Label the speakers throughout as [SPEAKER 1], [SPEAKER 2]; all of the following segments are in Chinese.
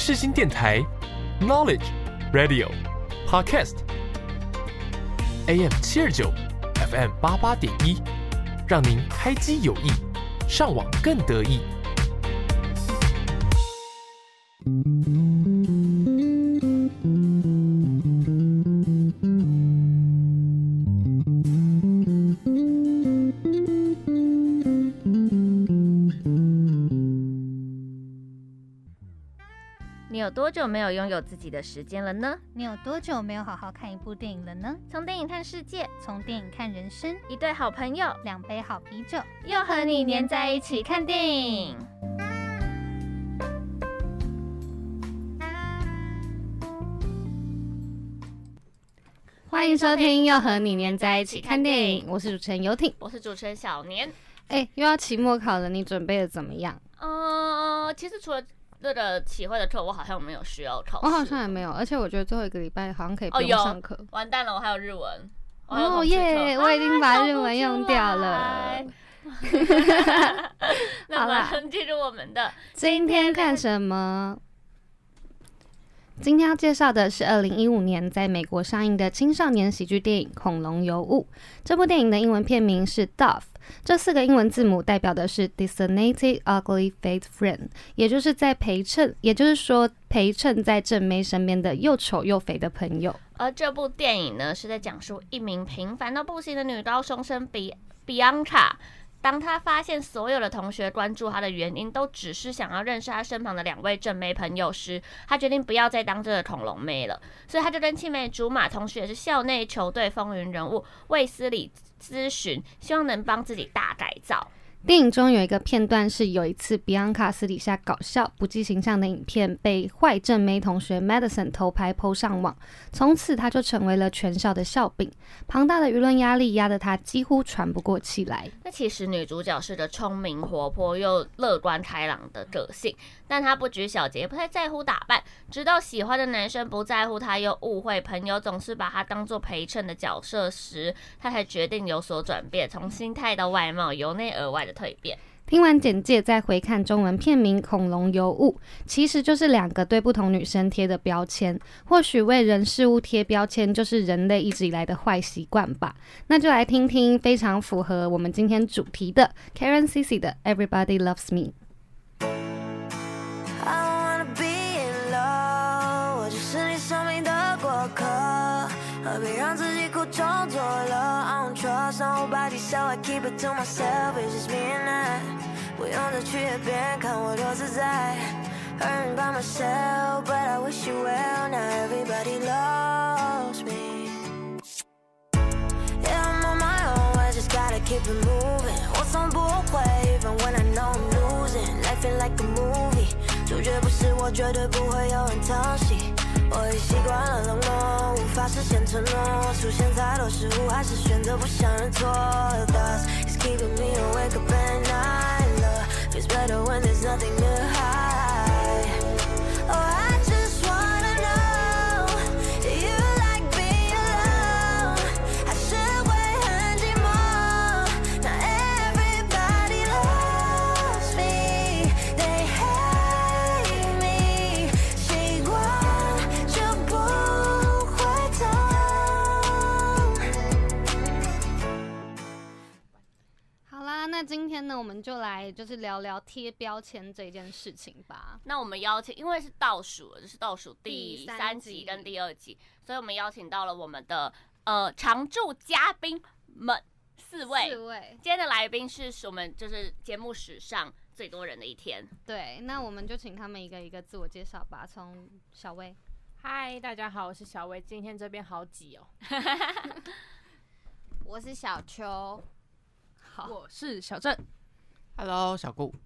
[SPEAKER 1] 世新电台 Knowledge Radio Podcast AM 729 FM 88.1，让您开机有益，上网更得意。
[SPEAKER 2] 你有多久没有拥有自己的时间了呢？
[SPEAKER 3] 你有多久没有好好看一部电影了呢？
[SPEAKER 2] 从电影看世界，
[SPEAKER 3] 从电影看人生，
[SPEAKER 2] 一对好朋友，
[SPEAKER 3] 两杯好啤酒，
[SPEAKER 2] 又和你黏在一起看电影。
[SPEAKER 3] 欢迎收听又和你黏在一起看电影，我是主持人游艇，
[SPEAKER 2] 我是主持人小年。
[SPEAKER 3] 又要期末考了，你准备的怎么样？
[SPEAKER 2] 其实除了这个体会的课，我好像没有需要考试。
[SPEAKER 3] 我好像也没有，而且我觉得最后一个礼拜好像可以不用上课。
[SPEAKER 2] 完蛋了，我还有日文。
[SPEAKER 3] 耶！我已经把日文用掉了。
[SPEAKER 2] 那马上进入我们的
[SPEAKER 3] 今天看什么？今天要介绍的是2015年在美国上映的青少年喜剧电影《恐龙尤物》。这部电影的英文片名是 Duff， 这4个英文字母代表的是 Designated Ugly Fake Friend， 也就是说陪衬在正妹身边的又丑又肥的朋友。
[SPEAKER 2] 而这部电影呢，是在讲述一名平凡到不行的女高中生比昂卡。当他发现所有的同学关注他的原因都只是想要认识他身旁的2位正妹朋友时，他决定不要再当这个恐龙妹了。所以他就跟青梅竹马，同时也是校内球队风云人物卫斯理咨询，希望能帮自己大改造。
[SPEAKER 3] 电影中有一个片段是有一次比昂卡私底下搞笑不计形象的影片被坏正妹同学 Madison 偷拍 po 上网，从此他就成为了全校的笑柄，庞大的舆论压力压得他几乎喘不过气来。
[SPEAKER 2] 那其实女主角是个聪明活泼又乐观开朗的个性，但她不拘小节，也不太在乎打扮，直到喜欢的男生不在乎她，又误会朋友总是把她当作陪衬的角色时，她才决定有所转变，从心态到外貌，由内而外的蜕变。
[SPEAKER 3] 听完简介再回看中文片名《恐龙尤物》，其实就是2个对不同女生贴的标签。或许为人事物贴标签就是人类一直以来的坏习惯吧。那就来听听非常符合我们今天主题的 Karen CC 的 Everybody Loves Me。
[SPEAKER 4] 何必让自己苦中作乐 I don't trust nobody so I keep it to myself It's just me and I 不用再去和别人看我多自在 Hurting by myself But I wish you well Now everybody loves me Yeah I'm on my own I just gotta keep it moving 我从不会 Even when I know I'm losing Life ain't like a movie 主角不是我绝对不会有人疼惜我已习惯了冷漠，无法实现承诺，出现太多失误，还是选择不向人做。Thus it's keeping me awake up at night. Love feels better when there's nothing to hide. Oh, I just wanna know, do you like being alone? 还是会很寂寞？ Not everybody loves me, they hate me. 习惯就不会痛。
[SPEAKER 3] 好啦，那今天呢，我们就来聊聊贴标签这件事情吧。
[SPEAKER 2] 那我们邀请，因为是倒数了，就是倒数第3集跟第2集，所以我们邀请到了我们的常驻嘉宾们4位。今天的来宾是我们就是节目史上最多人的一天。
[SPEAKER 3] 对，那我们就请他们一个一个自我介绍吧。从小薇。
[SPEAKER 5] 嗨，大家好，我是小薇。今天这边好挤哦。
[SPEAKER 6] 我是小秋。
[SPEAKER 3] 好，
[SPEAKER 5] 我是小郑。
[SPEAKER 7] Hello， 小顾。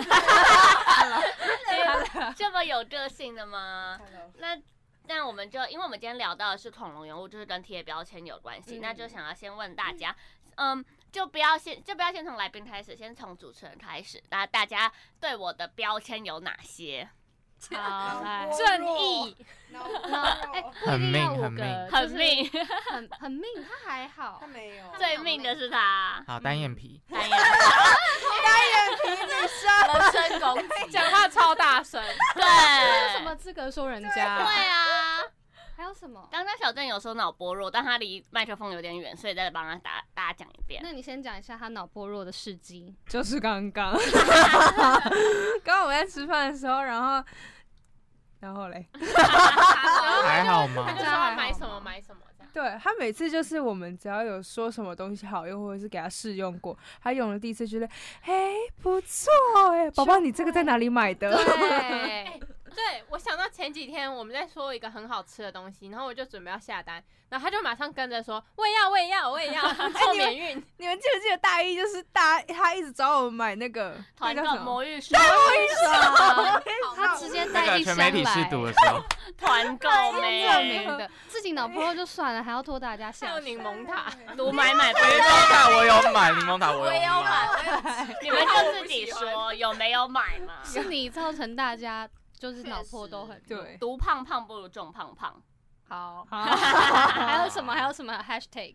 [SPEAKER 2] 这么有个性的吗？那我们就因为我们今天聊到的是恐龙人物，就是跟贴标签有关系，那就想要先问大家，就不要先从来宾开始，先从主持人开始。那大家对我的标签有哪些？
[SPEAKER 3] 好，来
[SPEAKER 5] 正义，
[SPEAKER 7] 很命，很命，
[SPEAKER 2] 很命，
[SPEAKER 3] 很命，他还好，
[SPEAKER 6] 他没有，
[SPEAKER 2] 最命的是他。
[SPEAKER 7] 好，单眼皮，
[SPEAKER 6] 单眼皮女生，
[SPEAKER 2] 人身攻击，
[SPEAKER 5] 讲话超大声，
[SPEAKER 2] 对，
[SPEAKER 3] 什么么资格说人
[SPEAKER 2] 对
[SPEAKER 3] 家？
[SPEAKER 2] 啊，
[SPEAKER 3] 还有什么？
[SPEAKER 2] 刚刚小郑有说脑波弱，但他离麦克风有点远，所以再帮大家讲一遍。
[SPEAKER 3] 那你先讲一下他脑波弱的事迹。
[SPEAKER 6] 就是刚刚，刚刚我们在吃饭的时候，然后嘞，
[SPEAKER 7] 还好吗
[SPEAKER 5] 他？就说要买什么买什么这样。
[SPEAKER 6] 对他每次就是我们只要有说什么东西好用，或者是给他试用过，他用了第一次觉得，不错宝宝你这个在哪里买的？
[SPEAKER 3] 对，
[SPEAKER 5] 对，我想到前几天我们在说一个很好吃的东西，然后我就准备要下单，然后他就马上跟着说我也要做免运。
[SPEAKER 6] 你们记不记得大一就是他一直找我们买那个
[SPEAKER 2] 团购
[SPEAKER 6] 那叫什么
[SPEAKER 2] 魔芋爽，
[SPEAKER 3] 他直接
[SPEAKER 7] 那
[SPEAKER 3] 带一箱
[SPEAKER 7] 个全媒体试
[SPEAKER 3] 来，
[SPEAKER 7] 读的时候，
[SPEAKER 2] 团购
[SPEAKER 3] 证
[SPEAKER 2] 妹，
[SPEAKER 3] 明的，自己脑波弱就算了，还要拖大家
[SPEAKER 5] 还
[SPEAKER 3] 下水。
[SPEAKER 5] 有柠檬塔，
[SPEAKER 2] 读买不
[SPEAKER 7] 柠檬塔我有买，柠檬塔我
[SPEAKER 2] 也有
[SPEAKER 7] 有买。
[SPEAKER 2] 买，你们就自己说有没有买嘛？
[SPEAKER 3] 是你造成大家就是脑波都很弱。
[SPEAKER 6] 对，
[SPEAKER 2] 读胖胖不如重胖胖。
[SPEAKER 3] 好，还有什么？还有什么 hashtag？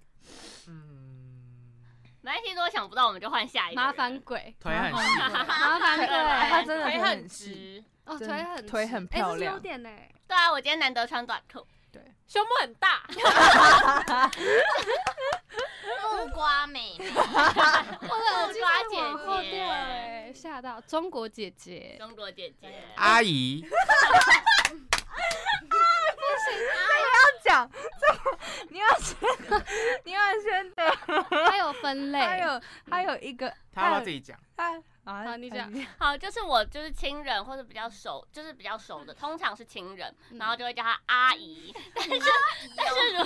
[SPEAKER 2] 没关系，如果想不到我们就换下一个人。
[SPEAKER 3] 麻烦鬼，
[SPEAKER 7] 腿很细，
[SPEAKER 3] 麻烦鬼，
[SPEAKER 6] 他真的
[SPEAKER 5] 腿
[SPEAKER 6] 很
[SPEAKER 5] 很
[SPEAKER 6] 细，
[SPEAKER 5] 直，
[SPEAKER 3] 哦，
[SPEAKER 6] 真的
[SPEAKER 3] 腿很
[SPEAKER 6] 腿很
[SPEAKER 3] 直这是
[SPEAKER 6] 漂亮
[SPEAKER 3] 优点呢。
[SPEAKER 2] 对啊，我今天难得穿短裤。
[SPEAKER 5] 胸部很大，
[SPEAKER 2] 木瓜妹妹，
[SPEAKER 3] 我的耳机
[SPEAKER 2] 瓜
[SPEAKER 3] 真的往后
[SPEAKER 2] 姐姐
[SPEAKER 3] 掉哎，吓到中国姐姐。
[SPEAKER 2] 中国姐姐。
[SPEAKER 7] 阿姨，
[SPEAKER 6] 讲你要先的，
[SPEAKER 3] 还有分类，
[SPEAKER 6] 还有一个，
[SPEAKER 7] 他要不要自己讲？
[SPEAKER 3] 好你讲
[SPEAKER 2] 好，就是我就是亲人或者比较熟，就是比较熟的，通常是亲人，然后就会叫她阿姨。但是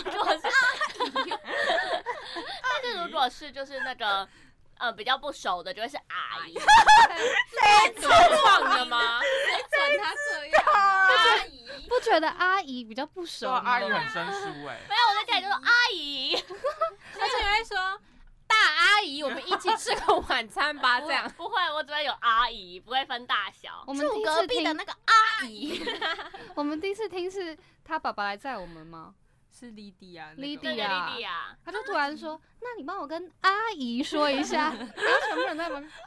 [SPEAKER 2] 如果是就是那个比较不熟的，就会是阿姨。
[SPEAKER 5] 独创的吗？
[SPEAKER 3] 准他这样，
[SPEAKER 2] 阿姨，
[SPEAKER 3] 不觉得阿姨比较不熟
[SPEAKER 7] 说
[SPEAKER 3] 吗？
[SPEAKER 7] 阿姨很生疏哎，
[SPEAKER 2] 没有，我在家里就说阿姨。
[SPEAKER 5] 而且会说大阿姨，我们一起吃个晚餐吧，这样。
[SPEAKER 2] 不会，我只会有阿姨，不会分大小。
[SPEAKER 3] 我们第一次听
[SPEAKER 2] 那个阿姨，
[SPEAKER 3] 我们第一次听是他爸爸来载我们吗？
[SPEAKER 6] 是莉迪亚，
[SPEAKER 3] 莉
[SPEAKER 2] 对
[SPEAKER 3] 迪亚
[SPEAKER 2] 莉迪亚，
[SPEAKER 3] 他就突然说：“那你帮我跟阿姨说一下。”然后全部人在旁边，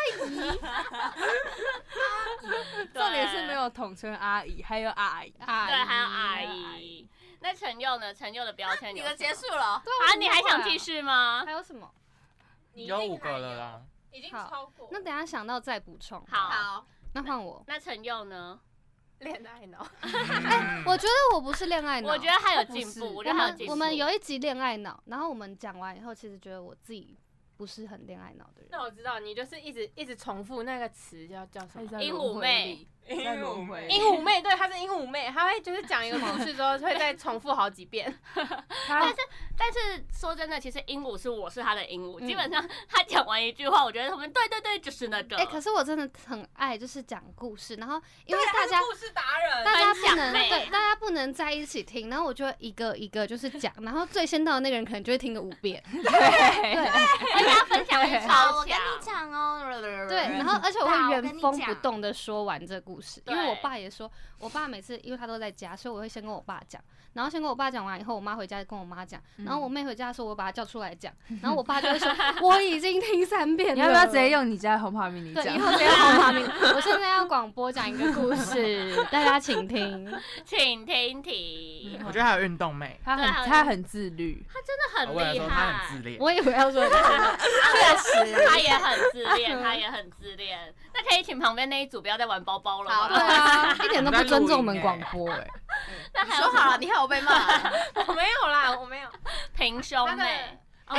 [SPEAKER 6] 重点是没有统称阿姨，还有阿姨，
[SPEAKER 2] 对，还有阿姨。那陈佑呢？陈佑的标签有什么？
[SPEAKER 8] 结束了，
[SPEAKER 2] 啊，你还想继续吗？
[SPEAKER 3] 还有什么？
[SPEAKER 7] 有5个了啦。
[SPEAKER 5] 已经超过。
[SPEAKER 3] 那等一下想到再补充。
[SPEAKER 2] 好，
[SPEAKER 3] 那换我。
[SPEAKER 2] 那陈佑呢？
[SPEAKER 5] 恋爱脑，
[SPEAKER 3] 我觉得我不是恋爱脑，
[SPEAKER 2] 我觉得还有进步，我觉得还有进步。
[SPEAKER 3] 我们有一集恋爱脑，然后我们讲完以后，其实觉得我自己不是很恋爱脑的人。
[SPEAKER 5] 那我知道你就是一直重复那个词叫什么？
[SPEAKER 2] 鹦鹉妹，
[SPEAKER 6] 在轮回，
[SPEAKER 5] 鹦鹉妹，对，她是鹦鹉妹，她会就是讲一个故事之后会再重复好几遍。
[SPEAKER 2] 但是说真的，其实鹦鹉我是他的鹦鹉，基本上他讲完一句话，我觉得他们对，就是那个。
[SPEAKER 3] 可是我真的很爱就是讲故事，然后因为大家
[SPEAKER 5] 故事达人，
[SPEAKER 3] 大家不能
[SPEAKER 2] 分享
[SPEAKER 3] 对，大家不能在一起听，然后我就会一个一个就是讲，然后最先到的那个人可能就会听个5遍，对，
[SPEAKER 2] 而且他分享力超
[SPEAKER 8] 我跟你
[SPEAKER 2] 强。
[SPEAKER 8] 讲哦，
[SPEAKER 3] 对，然后而且我会原封不动的说完这个故事，因为
[SPEAKER 2] 对
[SPEAKER 3] 我爸也说，我爸每次因为他都在家，所以我会先跟我爸讲，然后先跟我爸讲完以后，我妈回家就跟我妈讲，然后我妹回家的时候，我把她叫出来讲，然后我爸就会说我已经听3遍了。
[SPEAKER 6] 你要不要直接用你家的红帕迷你
[SPEAKER 3] 对，
[SPEAKER 6] 讲
[SPEAKER 3] 以？后直接红爬名。我现在要广播讲一个故事，大家请听。
[SPEAKER 2] 请听题，
[SPEAKER 7] 我觉得还有运动妹，
[SPEAKER 6] 他很自律，
[SPEAKER 2] 他真的很厉
[SPEAKER 7] 我跟你说他
[SPEAKER 2] 害
[SPEAKER 7] 很。自恋。
[SPEAKER 3] 我以为要说
[SPEAKER 2] 确实，他也很自恋，他也很自恋。那可以请旁边那一组不要再玩包包了吗？
[SPEAKER 3] 对啊，一点都不尊重我们广播
[SPEAKER 2] 那还有
[SPEAKER 8] 说好了，你害我被骂。
[SPEAKER 5] 我没有啦，我没有。
[SPEAKER 2] 平胸妹，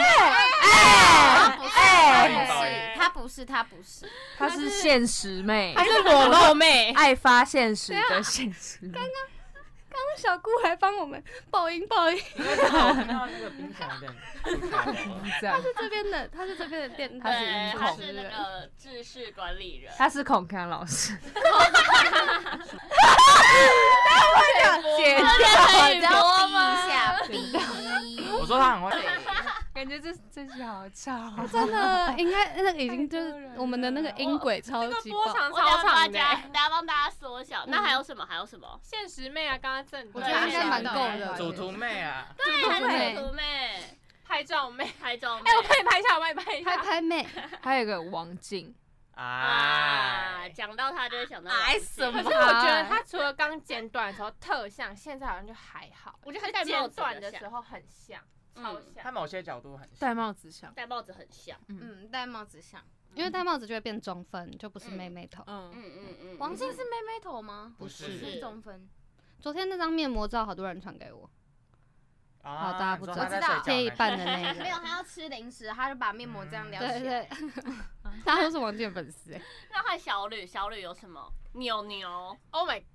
[SPEAKER 8] 他不是，
[SPEAKER 6] 他是现实妹，
[SPEAKER 5] 她是裸露妹，
[SPEAKER 6] 爱发现实的现实妹。
[SPEAKER 3] 刚刚小姑还帮我们爆音，
[SPEAKER 7] 我看到那个冰箱有点不开了
[SPEAKER 6] 这样，
[SPEAKER 3] 这边的他是这边的电
[SPEAKER 6] 他是
[SPEAKER 2] 对，
[SPEAKER 6] 音
[SPEAKER 2] 他
[SPEAKER 6] 控
[SPEAKER 2] 是那个制式管理人。
[SPEAKER 6] 他是孔康老师。
[SPEAKER 2] 姐
[SPEAKER 8] 可以播吗？逼
[SPEAKER 7] 我说他很会，
[SPEAKER 6] 感觉这句好吵，
[SPEAKER 3] 真的应该那个已经就是我们的那个音轨超级爆。
[SPEAKER 5] 波长
[SPEAKER 2] 我等下
[SPEAKER 5] 超长的。
[SPEAKER 2] 等下帮大家缩小。那还有什么？还有什么？
[SPEAKER 5] 现实妹啊，刚刚正
[SPEAKER 3] 我觉得应该蛮够的。
[SPEAKER 7] 主图妹啊，
[SPEAKER 2] 对，还
[SPEAKER 3] 妹
[SPEAKER 2] 有图妹、
[SPEAKER 5] 拍照妹，
[SPEAKER 2] 拍照妹。
[SPEAKER 5] 哎，我帮你拍一下，我帮你拍一下。
[SPEAKER 3] 拍妹，
[SPEAKER 6] 还有一个王静，
[SPEAKER 2] 啊，讲到他就会想到
[SPEAKER 8] 哎什么
[SPEAKER 5] 可是我觉得他除了说刚剪短的时候特像，现在好像就还好。
[SPEAKER 2] 我觉得他戴帽子
[SPEAKER 5] 剪短的时候很像，超像。
[SPEAKER 7] 他某些角度很像
[SPEAKER 6] 戴帽子像，
[SPEAKER 2] 戴帽子很像。
[SPEAKER 8] 戴帽子像，
[SPEAKER 3] 因为戴帽子就会变中分，就不是妹妹头。
[SPEAKER 8] 王静是妹妹头吗？
[SPEAKER 7] 不是
[SPEAKER 8] 是中分。
[SPEAKER 3] 昨天那张面膜照，好多人传给我。好，大家不知道，
[SPEAKER 7] 我知道
[SPEAKER 3] 可以办的那个。
[SPEAKER 8] 没有，他要吃零食，他就把面膜这样撩起来。
[SPEAKER 3] 对对，大家都是王静的粉丝。
[SPEAKER 2] 那换小吕，小吕有什么？牛牛
[SPEAKER 5] ，Oh my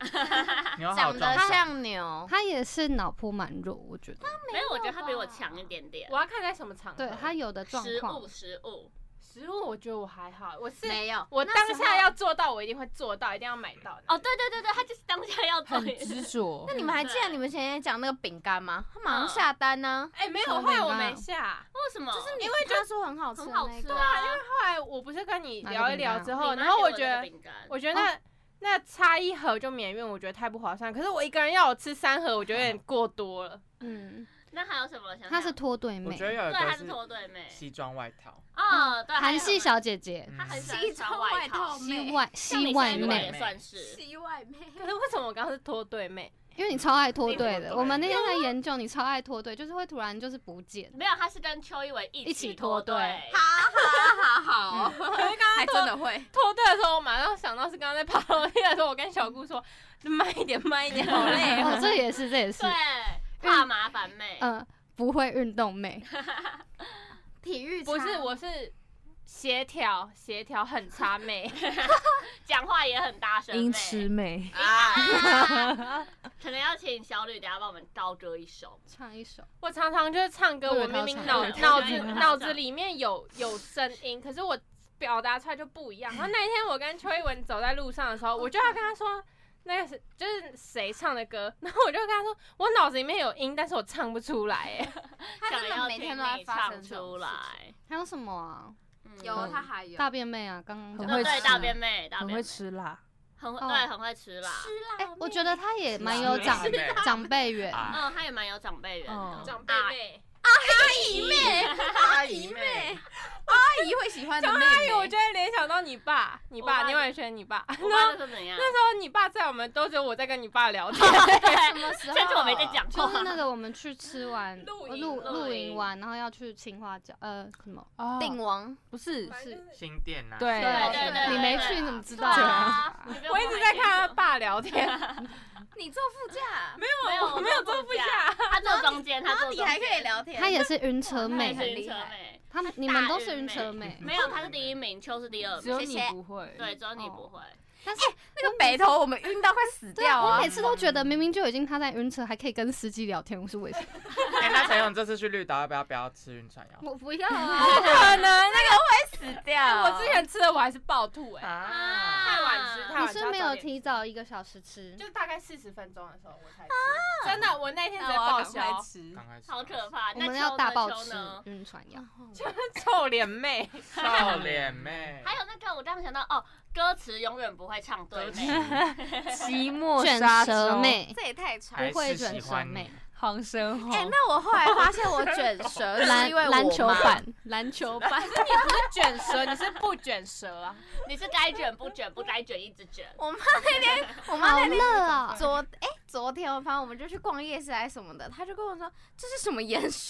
[SPEAKER 5] god，
[SPEAKER 7] 牛好
[SPEAKER 8] 长得
[SPEAKER 7] 壮
[SPEAKER 8] 像牛，
[SPEAKER 3] 他也是脑波蛮弱，我觉得。
[SPEAKER 2] 没有，我觉得他比我强一点点。
[SPEAKER 5] 我要看在什么场合。
[SPEAKER 3] 对他有的状况，
[SPEAKER 5] 食物我觉得我还好，我是
[SPEAKER 8] 没有，
[SPEAKER 5] 我当下要做到，我一定会做到，一定要买到。
[SPEAKER 2] 哦，对对对对，他就是当下要做，
[SPEAKER 6] 很执着。
[SPEAKER 8] 那你们还记得你们前天讲那个饼干吗？他马上下单呢。
[SPEAKER 5] 哎，没有，后来我没下，
[SPEAKER 2] 为什么？
[SPEAKER 8] 就是因为他说很好吃，
[SPEAKER 2] 很好吃
[SPEAKER 5] 啊。因为后来我不是跟你聊一聊之后，然
[SPEAKER 2] 后
[SPEAKER 5] 我觉得那插一盒就免运，我觉得太不划算。可是我一个人要我吃3盒，我觉得有点过多了。
[SPEAKER 2] 那还有什么？
[SPEAKER 3] 她是脱队妹，
[SPEAKER 7] 我觉得有一
[SPEAKER 2] 对，她
[SPEAKER 7] 个
[SPEAKER 2] 是脱队妹，
[SPEAKER 7] 西装外套。
[SPEAKER 2] 对，
[SPEAKER 3] 韩系小姐姐，
[SPEAKER 2] 她很喜欢穿外套，
[SPEAKER 3] 西外妹
[SPEAKER 2] 也算是
[SPEAKER 8] 西外妹。
[SPEAKER 5] 可是为什么我刚刚是脱队妹？
[SPEAKER 3] 因为你超爱脱队的，我们那天在研究你超爱脱队，就是会突然就是不见。
[SPEAKER 2] 没有，他是跟邱一伟一起脱队。
[SPEAKER 8] 好，
[SPEAKER 5] 可是刚刚
[SPEAKER 8] 还真的会
[SPEAKER 5] 脱队的时候，我马上想到是刚刚在爬楼梯的时候，我跟小姑说慢一点，慢一点，好累
[SPEAKER 3] 哦，这也是，
[SPEAKER 2] 对，怕麻烦妹，
[SPEAKER 3] 不会运动妹，
[SPEAKER 8] 体育
[SPEAKER 5] 不是，我是协调很差妹，
[SPEAKER 2] 讲话也很大声，
[SPEAKER 6] 音痴妹
[SPEAKER 2] 可能要请小吕等下帮我们高歌一首，
[SPEAKER 3] 唱一首。
[SPEAKER 5] 我常常就是唱歌，我明明脑子里面有声音，可是我表达出来就不一样。然后那一天我跟邱一文走在路上的时候，我就要跟他说。那个是就是谁唱的歌，然后我就跟他说，我脑子里面有音，但是我唱不出来，哎，
[SPEAKER 8] 他真的每天都在发生
[SPEAKER 2] 出来。
[SPEAKER 3] 还有什么啊？
[SPEAKER 8] 有，他还有
[SPEAKER 3] 大便妹啊，刚刚
[SPEAKER 2] 讲对大便妹，
[SPEAKER 6] 很会吃辣，
[SPEAKER 2] 很会吃辣。
[SPEAKER 3] 我觉得他也蛮有长辈缘，
[SPEAKER 2] 他也蛮有长辈缘的，
[SPEAKER 5] 长辈妹。
[SPEAKER 8] 阿姨妹，阿姨会喜欢的妹妹。
[SPEAKER 5] 阿姨，我就会联想到你爸，你完全你爸。
[SPEAKER 2] 我爸是怎样？
[SPEAKER 5] 那时候你爸在，我们都只有我在跟你爸聊天。
[SPEAKER 8] 什么时候？
[SPEAKER 2] 甚至我没在讲话。
[SPEAKER 3] 就是那个我们去吃完露营完，然后要去青花角，什么
[SPEAKER 8] 定王
[SPEAKER 6] 不是
[SPEAKER 7] 新店啊？
[SPEAKER 6] 对，
[SPEAKER 3] 你没去，你怎么知道？
[SPEAKER 5] 我一直在看他爸聊天。
[SPEAKER 8] 你坐副驾？
[SPEAKER 5] 没有，我没有坐副驾，
[SPEAKER 2] 他坐中间，
[SPEAKER 8] 你还可以聊天。
[SPEAKER 3] 他也是晕车妹，
[SPEAKER 2] 很厉害。
[SPEAKER 3] 你们都是晕车妹，
[SPEAKER 2] 没有，他是第1名，邱是第2名，
[SPEAKER 6] 只有你不会。
[SPEAKER 2] 对，只有你不会。
[SPEAKER 8] 但是那个北投我们晕到快死掉
[SPEAKER 3] 啊！我每次都觉得明明就已经他在晕车，还可以跟司机聊天，我是为什么？
[SPEAKER 7] 那陈勇这次去绿岛要不要吃晕船药？
[SPEAKER 3] 我不要啊！
[SPEAKER 5] 不可能，
[SPEAKER 8] 那个会死掉。
[SPEAKER 5] 我之前吃了，我还是暴吐太晚吃，
[SPEAKER 3] 你是没有提早1个小时吃，
[SPEAKER 5] 就大概40分钟的时候我才吃。真的，我那天直接报销，
[SPEAKER 2] 好可怕！
[SPEAKER 3] 我们要大爆吃晕船药，
[SPEAKER 5] 臭脸妹，
[SPEAKER 7] 臭脸妹。
[SPEAKER 2] 还有那个，我刚刚想到歌词永远不会唱对妹，
[SPEAKER 6] 期末
[SPEAKER 3] 卷舌妹，
[SPEAKER 8] 这也太长，
[SPEAKER 3] 不会卷舌妹，
[SPEAKER 6] 黄生红。
[SPEAKER 8] 那我后来发现我卷舌是因为
[SPEAKER 3] 篮球版，
[SPEAKER 5] 可是你不是卷舌，你是不卷舌啊，
[SPEAKER 2] 你是该卷不卷，不该卷一直卷。
[SPEAKER 8] 我妈那天
[SPEAKER 3] 啊，
[SPEAKER 8] 昨天反正我们就去逛夜市还是什么的，她就跟我说这是什么颜色？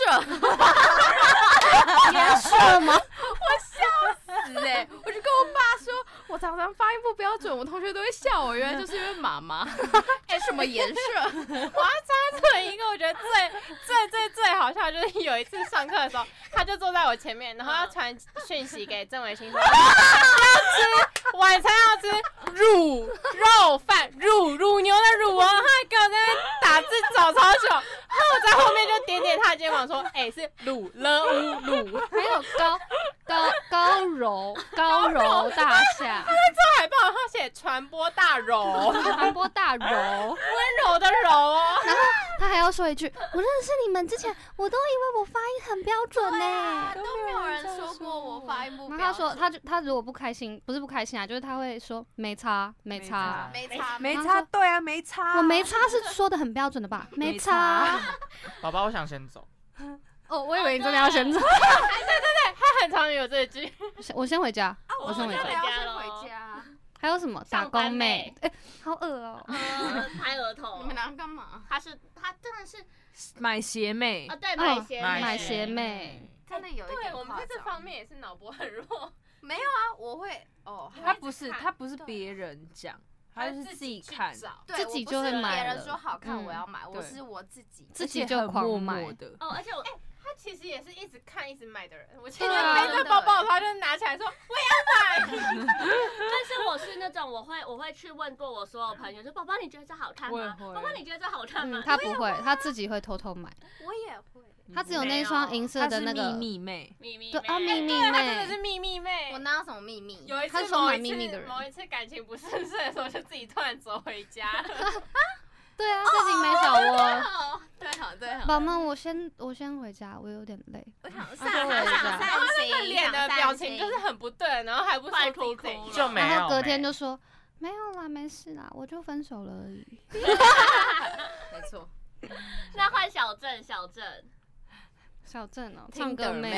[SPEAKER 3] 颜色吗？
[SPEAKER 8] 我笑死我就跟我爸说，我常常发音不标准，我同学都会笑我，原来就是因为妈妈。这什么颜色？
[SPEAKER 5] 我要插嘴一个，我觉得最好笑就是有一次上课的时候，他就坐在我前面，然后要传讯息给郑伟星说，晚餐要吃肉饭，乳牛的乳哦，他还给我在那打字找超久，然后我在后面就点他的肩膀说，是卤，
[SPEAKER 3] 还有高柔大厦，
[SPEAKER 5] 他在做海报，他写传播大柔，
[SPEAKER 3] 温
[SPEAKER 5] 柔的柔哦，
[SPEAKER 3] 然后他还要说一句，我认识你们之前，我都以为我发音很标准呢，
[SPEAKER 8] 都没有人说过我发音不标准。
[SPEAKER 3] 然后他说他如果不开心，不是不开心啊，就是他会说没差，
[SPEAKER 6] 对啊，没差，
[SPEAKER 3] 我没差是说的很标准的吧？没差。
[SPEAKER 7] 宝宝，我想先走。
[SPEAKER 3] 我以为你真的要先走。
[SPEAKER 5] 对，他很常有这句。
[SPEAKER 3] 我先回家，
[SPEAKER 8] 我先回家。
[SPEAKER 3] 还有什么打
[SPEAKER 2] 上班
[SPEAKER 3] 工妹
[SPEAKER 2] 妹？
[SPEAKER 3] 好恶哦。
[SPEAKER 2] 拍额头。
[SPEAKER 8] 你们两个干嘛？
[SPEAKER 2] 他真的是
[SPEAKER 6] 买鞋妹
[SPEAKER 2] 啊，对，买鞋妹，
[SPEAKER 3] 买鞋妹。
[SPEAKER 8] 真的有一点
[SPEAKER 5] 对，我们在这
[SPEAKER 8] 夸张
[SPEAKER 5] 方面也是脑波很弱。
[SPEAKER 8] 没有啊，我会哦，
[SPEAKER 6] 他不是别人讲，他就是自己看，
[SPEAKER 8] 对
[SPEAKER 3] 自己就会买了
[SPEAKER 8] 别人说好看
[SPEAKER 3] 嗯
[SPEAKER 8] 我要买，我
[SPEAKER 6] 对
[SPEAKER 8] 是我自己
[SPEAKER 3] 自己就狂
[SPEAKER 6] 默
[SPEAKER 3] 买
[SPEAKER 6] 默的。
[SPEAKER 2] 哦，而且我
[SPEAKER 5] 他其实也是一直看、一直买的人。我前
[SPEAKER 3] 对啊
[SPEAKER 5] 天背着包包，他就拿起来说：“我也要买。
[SPEAKER 2] 但是我是那种我会去问过我所有朋友，说宝宝你觉得这好看吗？
[SPEAKER 6] 我也会
[SPEAKER 2] 宝宝你觉得这好看吗？
[SPEAKER 3] 他不会，他自己会偷偷买。
[SPEAKER 8] 我也会。
[SPEAKER 3] 他只有那双银色
[SPEAKER 6] 她是
[SPEAKER 3] 的那个
[SPEAKER 6] 秘密妹，
[SPEAKER 2] 秘密
[SPEAKER 3] 对啊，秘密
[SPEAKER 5] 对，他真的
[SPEAKER 3] 妹
[SPEAKER 5] 是。秘密妹。
[SPEAKER 8] 我哪有什么秘密？
[SPEAKER 5] 有一
[SPEAKER 3] 他是说买
[SPEAKER 5] 次某一
[SPEAKER 3] 秘密的人
[SPEAKER 5] 某一次感情不顺遂的时候，就自己突然走回家了。
[SPEAKER 3] 对啊，最近没找我。
[SPEAKER 8] 哦，对好对好。
[SPEAKER 3] 宝妈，我先回家，我有点累。
[SPEAKER 8] 我想
[SPEAKER 3] 他说我也这样
[SPEAKER 8] 散心，
[SPEAKER 5] 他脸的表情就是很不对，然后还不说
[SPEAKER 2] 快
[SPEAKER 5] 自己怎样
[SPEAKER 2] 哭哭了
[SPEAKER 7] 就没有
[SPEAKER 3] 然后隔天
[SPEAKER 7] 没
[SPEAKER 3] 就说没有啦，没事啦，我就分手了而已。
[SPEAKER 8] 没错。
[SPEAKER 2] 那换小郑，
[SPEAKER 3] 小郑哦，唱歌
[SPEAKER 8] Tinder
[SPEAKER 3] 妹
[SPEAKER 8] 妹，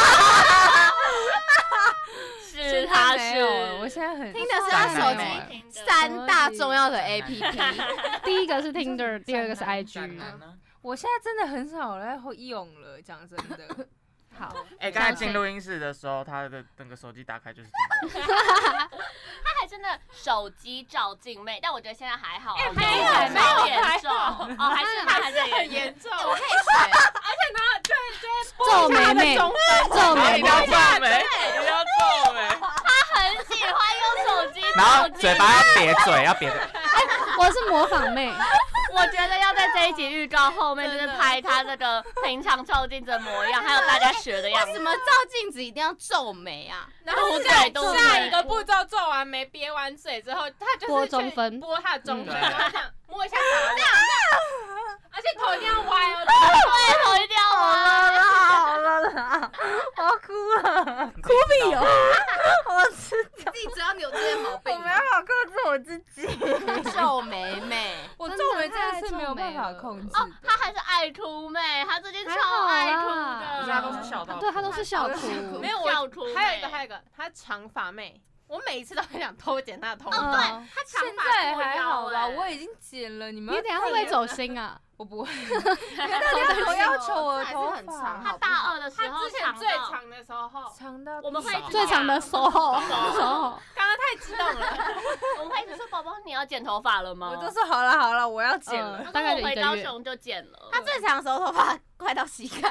[SPEAKER 2] 是他
[SPEAKER 6] 没有了，我
[SPEAKER 2] 是
[SPEAKER 6] 现在很
[SPEAKER 8] 听的是他手
[SPEAKER 6] 没有了
[SPEAKER 8] 机3大重要的 APP。
[SPEAKER 3] 第一个是 Tinder，第二个是
[SPEAKER 7] 展
[SPEAKER 3] IG。
[SPEAKER 7] 男呢？
[SPEAKER 6] 我现在真的很少在用了，讲真的。
[SPEAKER 3] 好，
[SPEAKER 7] 哎，刚才进录音室的时候，他的那个手机打开就是这样。
[SPEAKER 2] 他还真的手机照镜妹，但我觉得现在还好，
[SPEAKER 5] 还
[SPEAKER 2] 没
[SPEAKER 5] 好
[SPEAKER 2] 有没有严重哦，还是他还是
[SPEAKER 5] 很
[SPEAKER 2] 很严
[SPEAKER 5] 严重。
[SPEAKER 8] 我可以学，
[SPEAKER 3] 皱眉妹，皱眉妹
[SPEAKER 7] 一定，要皱眉，一定要皱眉，
[SPEAKER 2] 他很喜欢用手机
[SPEAKER 7] 然后
[SPEAKER 2] 照镜
[SPEAKER 7] 嘴巴要瘪嘴，要瘪嘴。
[SPEAKER 3] 我是模仿妹。
[SPEAKER 2] 我觉得要在这一集预告后面，就是拍他这个平常照镜子的模样，还有大家学的样子。
[SPEAKER 8] 为什么照镜子一定要皱眉啊？
[SPEAKER 5] 然后
[SPEAKER 2] 嘟嘴嘟嘴
[SPEAKER 5] 下一个步骤皱完眉、憋完嘴之后，他就是
[SPEAKER 3] 拨
[SPEAKER 5] 去
[SPEAKER 3] 中分
[SPEAKER 5] 拨他的中分，
[SPEAKER 7] 嗯
[SPEAKER 5] 然后这样摸一下头，这样，而且头一定要歪哦。
[SPEAKER 2] 对，头一定要歪。
[SPEAKER 6] 好了啦，我要哭了，
[SPEAKER 7] 哭屁哦！
[SPEAKER 8] 你自己知道你有这些毛病吗？
[SPEAKER 6] 好克制我自己。
[SPEAKER 8] 皱眉妹，
[SPEAKER 6] 我
[SPEAKER 3] 真的
[SPEAKER 6] 皱眉真
[SPEAKER 3] 太
[SPEAKER 6] 的是没有办法控制
[SPEAKER 2] 哦，
[SPEAKER 6] 的。
[SPEAKER 2] 他还是爱秃妹，他最近
[SPEAKER 3] 还
[SPEAKER 2] 超
[SPEAKER 3] 好
[SPEAKER 2] 爱秃
[SPEAKER 3] 啦
[SPEAKER 2] 的。
[SPEAKER 7] 大家都是笑到哭，
[SPEAKER 3] 对他都是笑哭。
[SPEAKER 5] 没有
[SPEAKER 2] 笑秃妹
[SPEAKER 5] 还有一个，他长发妹，我每一次都很想偷剪他的头发。
[SPEAKER 3] 嗯，
[SPEAKER 2] 他长
[SPEAKER 6] 现
[SPEAKER 2] 发
[SPEAKER 6] 在还好吧，
[SPEAKER 2] 吧，
[SPEAKER 6] 我已经剪了。你们
[SPEAKER 3] 你等一下会不会走心啊？
[SPEAKER 6] 我不会，我要求我的头
[SPEAKER 8] 很长，
[SPEAKER 6] 发
[SPEAKER 2] 他大二的时
[SPEAKER 5] 他
[SPEAKER 2] 候
[SPEAKER 5] 之前最长的时候，
[SPEAKER 6] 长到
[SPEAKER 2] 我们会
[SPEAKER 3] 最长的 SOHO，
[SPEAKER 5] 刚刚太激动了。
[SPEAKER 2] 我们会一直说宝宝你要剪头发了吗？
[SPEAKER 6] 我都说好了，我要剪了。
[SPEAKER 3] 大概
[SPEAKER 2] 我回
[SPEAKER 3] 就一个月。
[SPEAKER 2] 高雄就剪了。
[SPEAKER 8] 他最长的时候头发快到膝盖，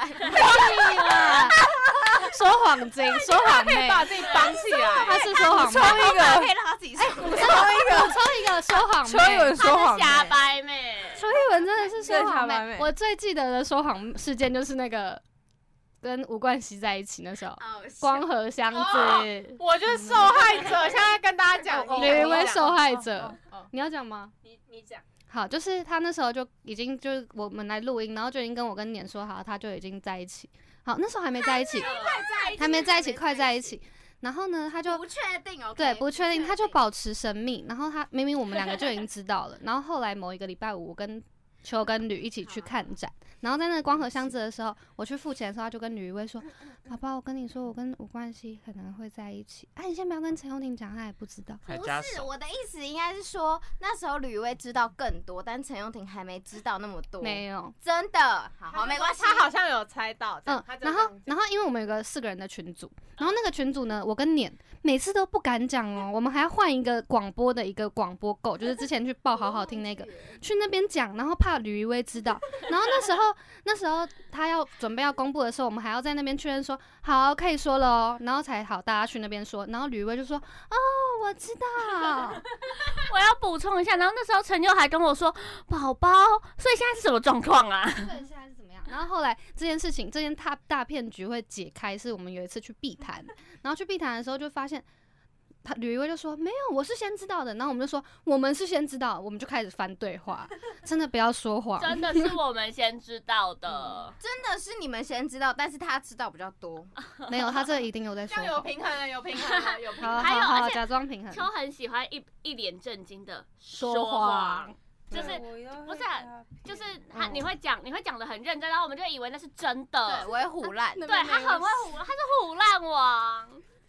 [SPEAKER 3] 说谎精，说谎妹，
[SPEAKER 5] 把自己绑起来。
[SPEAKER 3] 他是说谎妹。
[SPEAKER 6] 抽一个，
[SPEAKER 8] 可以让他自己说。
[SPEAKER 3] 我抽一个说谎
[SPEAKER 6] 抽一
[SPEAKER 3] 妹。
[SPEAKER 6] 个说谎
[SPEAKER 2] 他是瞎
[SPEAKER 6] 妹。
[SPEAKER 2] 掰妹，
[SPEAKER 3] 邱一文真的是说谎
[SPEAKER 6] 对瞎掰妹。
[SPEAKER 3] 妹我最记得的说谎事件就是那个跟吴冠希在一起那时候，光合箱子，
[SPEAKER 5] 我就是受害者，现在跟大家讲，
[SPEAKER 3] 吕薇受害者。
[SPEAKER 5] 哦，
[SPEAKER 3] 你要讲吗？
[SPEAKER 5] 你讲。
[SPEAKER 3] 好，就是他那时候就已经就是我们来录音，然后就已经跟我跟年说好，他就已经在一起。好，那时候还没在一起，还没在一起，快在一起。然后呢，他就
[SPEAKER 8] 不确定哦，
[SPEAKER 3] 对不确定，他就保持神秘。然后他明明我们两个就已经知道了。然后后来某一个礼拜五，我跟秋跟吕一起去看展，然后在那个光合箱子的时候，我去付钱的时候，他就跟吕一薇说：“宝宝，我跟你说，我跟吴冠希可能会在一起。哎，你先不要跟陈永婷讲，他也不知道。”
[SPEAKER 7] 还加手，
[SPEAKER 8] 不是我的意思，应该是说那时候吕薇知道更多，但陈永婷还没知道那么多。
[SPEAKER 3] 没有，
[SPEAKER 8] 真的，好，没关系。
[SPEAKER 5] 他好像有猜到，
[SPEAKER 3] 然后因为我们有个4个人的群组，然后那个群组呢，我跟年每次都不敢讲哦，我们还要换一个广播的一个广播购，就是之前去报好好听那个，去那边讲，然后怕吕一薇知道，然后那时候他要准备要公布的时候，我们还要在那边确认说好可以说了哦，然后才好大家去那边说，然后吕一薇就说哦我知道，
[SPEAKER 2] 我要补充一下，然后那时候陈佑还跟我说宝宝，所以现在是什么状况啊？
[SPEAKER 3] 对，现在是怎么样？然后后来这件事情，这件大骗局会解开，是我们有一次去碧潭，然后去碧潭的时候就发现。吕一薇就说没有，我是先知道的。然后我们就说我们是先知道，我们就开始翻对话。真的不要说谎，
[SPEAKER 2] 真的是我们先知道的。
[SPEAKER 8] 真的是你们先知道，但是他知道比较多。
[SPEAKER 3] 没有，他这一定有在说谎。
[SPEAKER 5] 有平衡了，有平衡了，有平衡。
[SPEAKER 2] 还有
[SPEAKER 3] 好
[SPEAKER 2] 而且
[SPEAKER 3] 假装平衡。
[SPEAKER 2] 秋很喜欢一脸震惊的
[SPEAKER 3] 说谎，
[SPEAKER 2] 就是不是啊就是他
[SPEAKER 3] 嗯
[SPEAKER 2] 你会讲的很认真，然后我们就以为那是真的。
[SPEAKER 8] 对，我会唬烂。
[SPEAKER 2] 对他很会唬，他是唬烂王。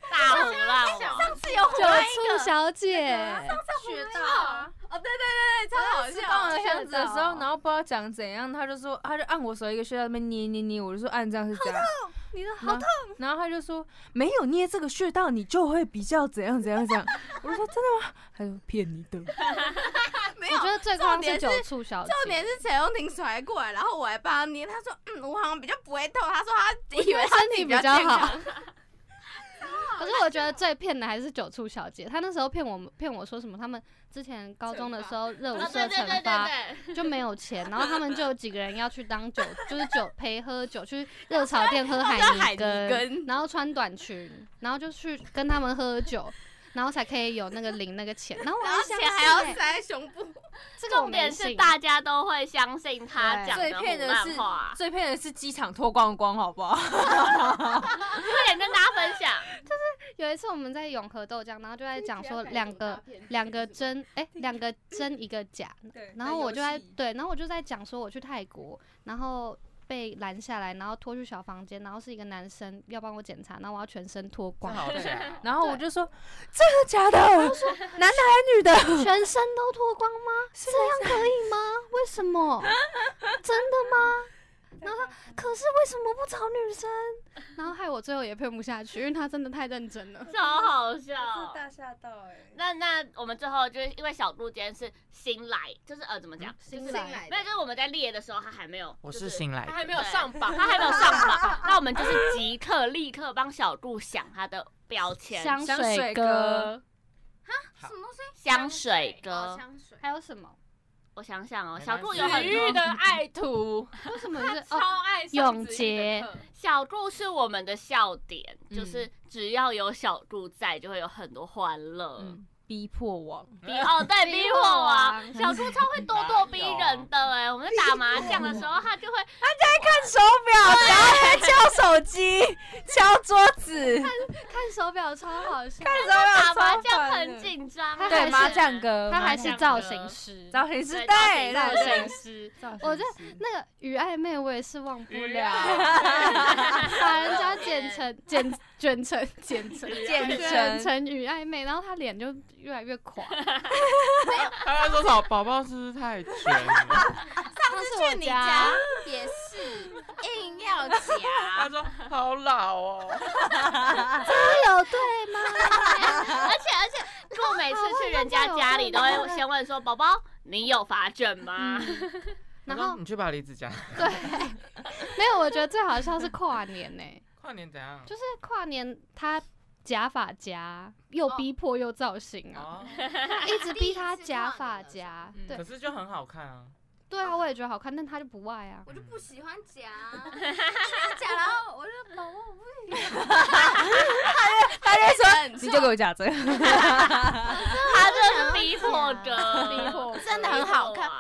[SPEAKER 2] 大河浪王，
[SPEAKER 8] 上次有
[SPEAKER 3] 酒醋小姐，
[SPEAKER 8] 学到哦，对，超好笑。
[SPEAKER 6] 逛了巷子的时候，然后不知道讲怎样，他就按我手一个穴道那边捏，我就说按这样是这样，
[SPEAKER 3] 你的好痛。
[SPEAKER 6] 然后他就说没有捏这个穴道，你就会比较怎样。我就说真的吗？他说骗你的。
[SPEAKER 8] 没有，
[SPEAKER 3] 我觉得最夸张是酒醋小姐，
[SPEAKER 8] 重点是陈永廷甩过来，然后我还帮他捏，他说我好像比较不会痛，他说他以为他
[SPEAKER 3] 身体比较好
[SPEAKER 8] 健康。
[SPEAKER 3] 可是我觉得最骗的还是酒醋小姐，她那时候骗我说什么，他们之前高中的时候热舞社惩罚就没有钱，然后他们就有几个人要去当就是陪喝酒，去热炒店喝海泥根，然后穿短裙，然后就去跟他们喝酒。然后才可以有那个领那个钱，然后我还相信
[SPEAKER 8] 还要塞在胸部。
[SPEAKER 3] 这个
[SPEAKER 2] 重点是大家都会相信他讲的胡乱话。
[SPEAKER 6] 最骗的是机场脱光，好不好？
[SPEAKER 2] 快点跟大家分享。
[SPEAKER 3] 就是有一次我们在永和豆浆，然后就在讲说两个真一个假，然后我就在讲说我去泰国，然后被拦下来，然后拖去小房间，然后是一个男生要帮我检查，然后我要全身脱光，
[SPEAKER 6] 然后我就说真的假的？我说男的还是女的？
[SPEAKER 3] 全身都脱光吗？这样可以吗？为什么？真的吗？然后他可是为什么不找女生？然后害我最后也骗不下去，因为他真的太认真了，
[SPEAKER 2] 超好笑，
[SPEAKER 6] 大吓到
[SPEAKER 2] 那我们最后就是因为小杜今天是新来，就是怎么讲？
[SPEAKER 3] 新来
[SPEAKER 2] 没有，就是我们在列的时候他还没有，
[SPEAKER 7] 我是新来的，
[SPEAKER 2] 他还没有上榜，那我们就是立刻帮小杜想他的标签，
[SPEAKER 3] 香水哥，
[SPEAKER 8] 什么东西？
[SPEAKER 2] 香水哥，
[SPEAKER 8] 香水
[SPEAKER 3] 还有什么？
[SPEAKER 2] 我想想哦，小杜有很多
[SPEAKER 5] 的爱图，
[SPEAKER 3] 为什么是
[SPEAKER 5] 超爱
[SPEAKER 3] 永杰？
[SPEAKER 2] 小杜是我们的笑点，就是只要有小杜在，就会有很多欢乐。
[SPEAKER 6] 逼迫王，
[SPEAKER 2] 逼迫王，小杜超会咄咄逼人的我们在打麻将的时候，他就会
[SPEAKER 6] 看手表，然后还敲手机、敲桌子，
[SPEAKER 3] 看手表超好笑，
[SPEAKER 6] 看手表
[SPEAKER 2] 打麻将很紧张，
[SPEAKER 6] 对麻将哥，
[SPEAKER 3] 他还是造型师，
[SPEAKER 2] 对造型师，
[SPEAKER 3] 我这那个与暧昧我也是忘不了，把人家卷成与暧昧，然后他脸就越来越垮。
[SPEAKER 7] 他在说什么？宝宝是不是太卷了？
[SPEAKER 8] 上次去你家也是硬要夹。
[SPEAKER 7] 他说好老哦。
[SPEAKER 3] 这有对吗？
[SPEAKER 2] 而且，我每次去人家家里都会先问说：“宝宝，你有发卷吗？”
[SPEAKER 3] 然后
[SPEAKER 7] 你去把梨子夹。
[SPEAKER 3] 对，没有，我觉得最好笑是跨年呢。
[SPEAKER 7] 跨年怎样？
[SPEAKER 3] 就是跨年他假发夹，又逼迫又造型啊，一直逼他假发夹。对，
[SPEAKER 7] 可是就很好看啊。
[SPEAKER 3] 对啊，我也觉得好看，但他就不爱啊。
[SPEAKER 8] 我就不喜欢夹，夹，然后我就宝宝我不喜欢。
[SPEAKER 6] 他就说你就给我夹着。
[SPEAKER 2] 他真的是逼迫哥，
[SPEAKER 3] 逼迫
[SPEAKER 8] 真的很好看。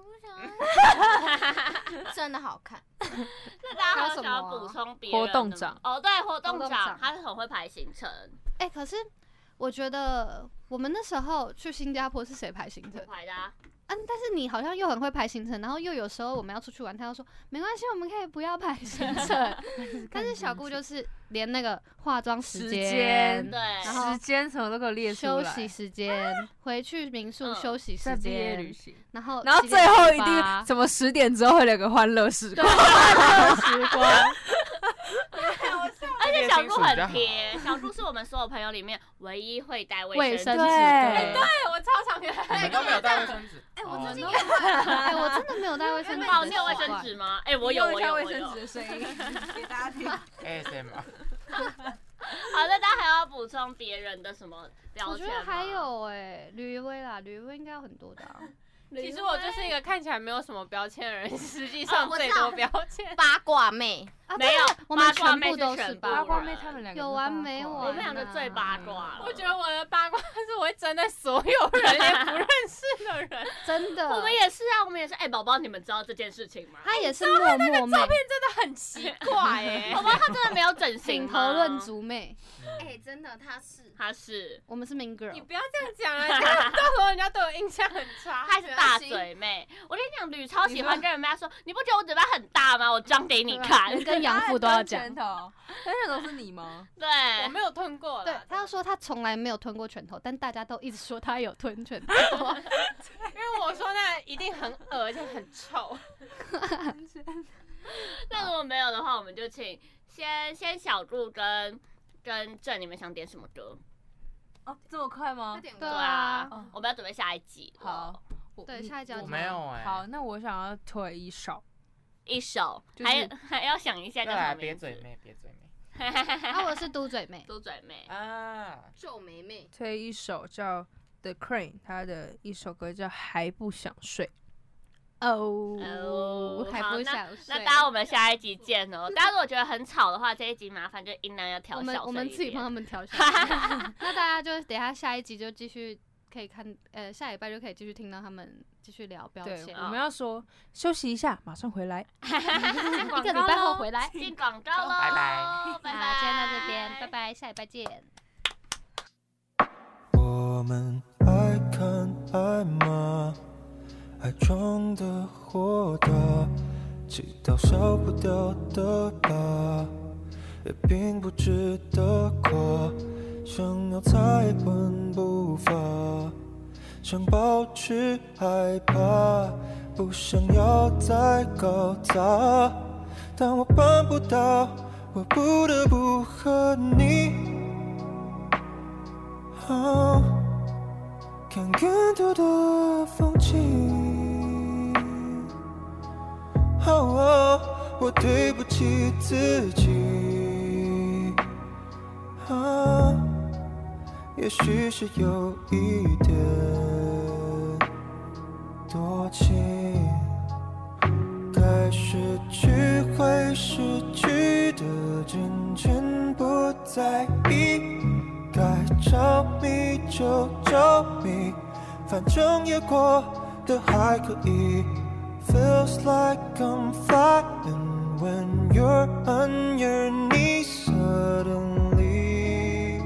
[SPEAKER 8] 真的好看。
[SPEAKER 2] 那大家还有想要补充别人的吗？
[SPEAKER 6] 活动长
[SPEAKER 2] 对，活动长，他很会排行程。
[SPEAKER 3] 可是我觉得我们那时候去新加坡是谁排行程？
[SPEAKER 2] 排的啊。
[SPEAKER 3] 但是你好像又很会排行程，然后又有时候我们要出去玩，他又说没关系，我们可以不要排行程。但是小顾就是连那个化妆时间，
[SPEAKER 2] 对，
[SPEAKER 3] 然后
[SPEAKER 6] 时间什么都给我列出来，
[SPEAKER 3] 休息时间，回去民宿休息时间，
[SPEAKER 6] 旅行，
[SPEAKER 3] 然后
[SPEAKER 6] 最后一定什么10点之后会有个欢乐时光，
[SPEAKER 3] 欢乐时光。
[SPEAKER 2] 而且小顾很贴，小顾是我们所有朋友里面唯一会带卫生纸。
[SPEAKER 5] 对，我超常给他。
[SPEAKER 7] 你都没有带卫生纸。
[SPEAKER 8] 我最近
[SPEAKER 3] 我真的没有带卫生纸。
[SPEAKER 2] 你有卫生纸吗？我有
[SPEAKER 6] 卫生纸的声音给大家听。
[SPEAKER 7] ASMR。
[SPEAKER 2] 好，那大家还要补充别人的什么标签吗？
[SPEAKER 3] 我觉得还有吕薇啦，吕薇应该有很多的。
[SPEAKER 5] 其实我就是一个看起来没有什么标签的人，实际上最多标签。
[SPEAKER 8] 八卦妹
[SPEAKER 2] 没有，
[SPEAKER 3] 我们全部都是
[SPEAKER 6] 八卦妹，他们两个
[SPEAKER 3] 有完没完？
[SPEAKER 2] 我们两个最八卦。
[SPEAKER 5] 我觉得我的八卦是我会针对所有人，连不认识的人。
[SPEAKER 3] 真的，
[SPEAKER 2] 我们也是啊，我们也是。宝宝，你们知道这件事情吗？
[SPEAKER 3] 他也是默默妹，
[SPEAKER 5] 照片真的很奇怪
[SPEAKER 2] 宝宝他真的没有整形吗？
[SPEAKER 3] 品头论足妹。
[SPEAKER 8] 真的
[SPEAKER 2] 他是，
[SPEAKER 3] 我们是 mean girl。
[SPEAKER 5] 你不要这样讲啊，到时候人家对我印象很差。
[SPEAKER 2] 他是大嘴妹。我跟你讲，吕超喜欢跟人家说，你不觉得我嘴巴很大吗？我装给你看。
[SPEAKER 3] 跟养父都要讲。
[SPEAKER 8] 拳头是你吗？
[SPEAKER 2] 对，
[SPEAKER 5] 我没有吞过。
[SPEAKER 3] 对，他说他从来没有吞过拳头，但大家都一直说他有吞拳头。
[SPEAKER 5] 因为我说那一定很恶，而且很臭。
[SPEAKER 2] 那如果没有的话，我们就请先小鹿跟郑，你们想点什么歌？
[SPEAKER 8] 哦，这么快吗？
[SPEAKER 2] 对啊，我们要准备下一集。
[SPEAKER 3] 好，对，下一集
[SPEAKER 7] 我没有
[SPEAKER 6] 好，那我想要推一首，
[SPEAKER 2] 还要想一下叫什么名字。
[SPEAKER 7] 别嘴妹，别嘴妹。
[SPEAKER 3] 我是嘟嘴妹，
[SPEAKER 2] 嘟嘴妹
[SPEAKER 7] 啊，
[SPEAKER 8] 皱眉妹。
[SPEAKER 6] 推一首叫 The Crane， 他的一首歌叫《还不想睡》。
[SPEAKER 3] 还不想睡。
[SPEAKER 2] 那大家我们下一集见哦。大家如果觉得很吵的话，这一集麻烦就音量要调小声一点。
[SPEAKER 3] 我们自己帮他们调小声。那大家就等一下下一集就继续可以看，下礼拜就可以继续听到他们继续聊标签。
[SPEAKER 6] 对，我们要说休息一下，马上回来。
[SPEAKER 3] 1个礼拜后回来。
[SPEAKER 2] 进广告喽，
[SPEAKER 7] 拜
[SPEAKER 2] 拜。
[SPEAKER 3] 今天到这边，拜拜，下礼拜见。
[SPEAKER 9] 我们爱看爱骂，爱装的活大，气到消不掉的疤，也并不值得夸。想要踩稳步伐，想保持害怕，不想要再搞砸，但我办不到，我不得不和你。看更多的风景。我对不起自己。也许是有一点多情，该失去会失去的渐渐不在意，该着迷就着迷，反正也过得还可以。Feels like I'm flying when you're on your knees. Suddenly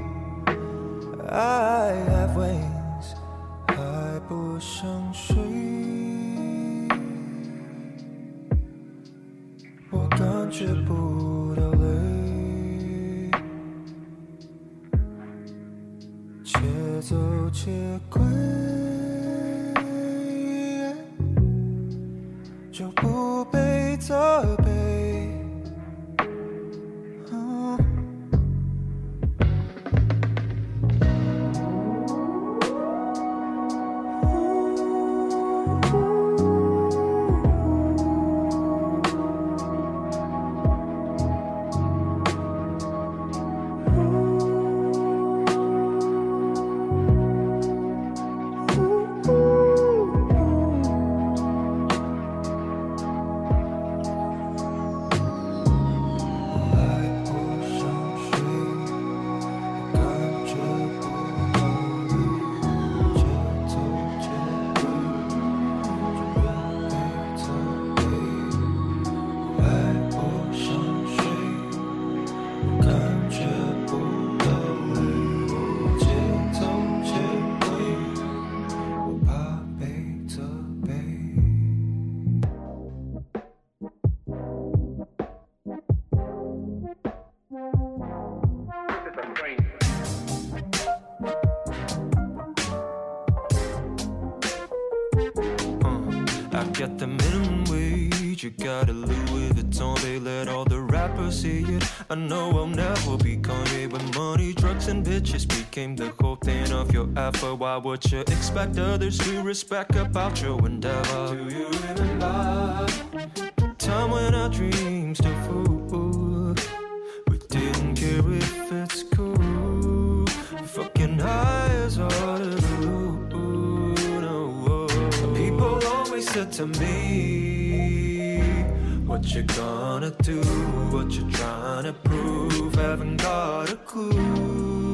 [SPEAKER 9] I have wings， 还不想睡。我感觉不到累，且走且归，就不被责备。Got the minimum wage, you got a Louis Vuitton, they let all the rappers say it. I know I'll never be Kanye, but money, drugs and bitches became the whole thing of your effort. Why would you expect others to respect about your endeavor? Do you remember the time when our dreams still full? We didn't care if it's cool, fucking high as all of the blue. People always said to me, what you gonna do, what you trying to prove, haven't got a clue.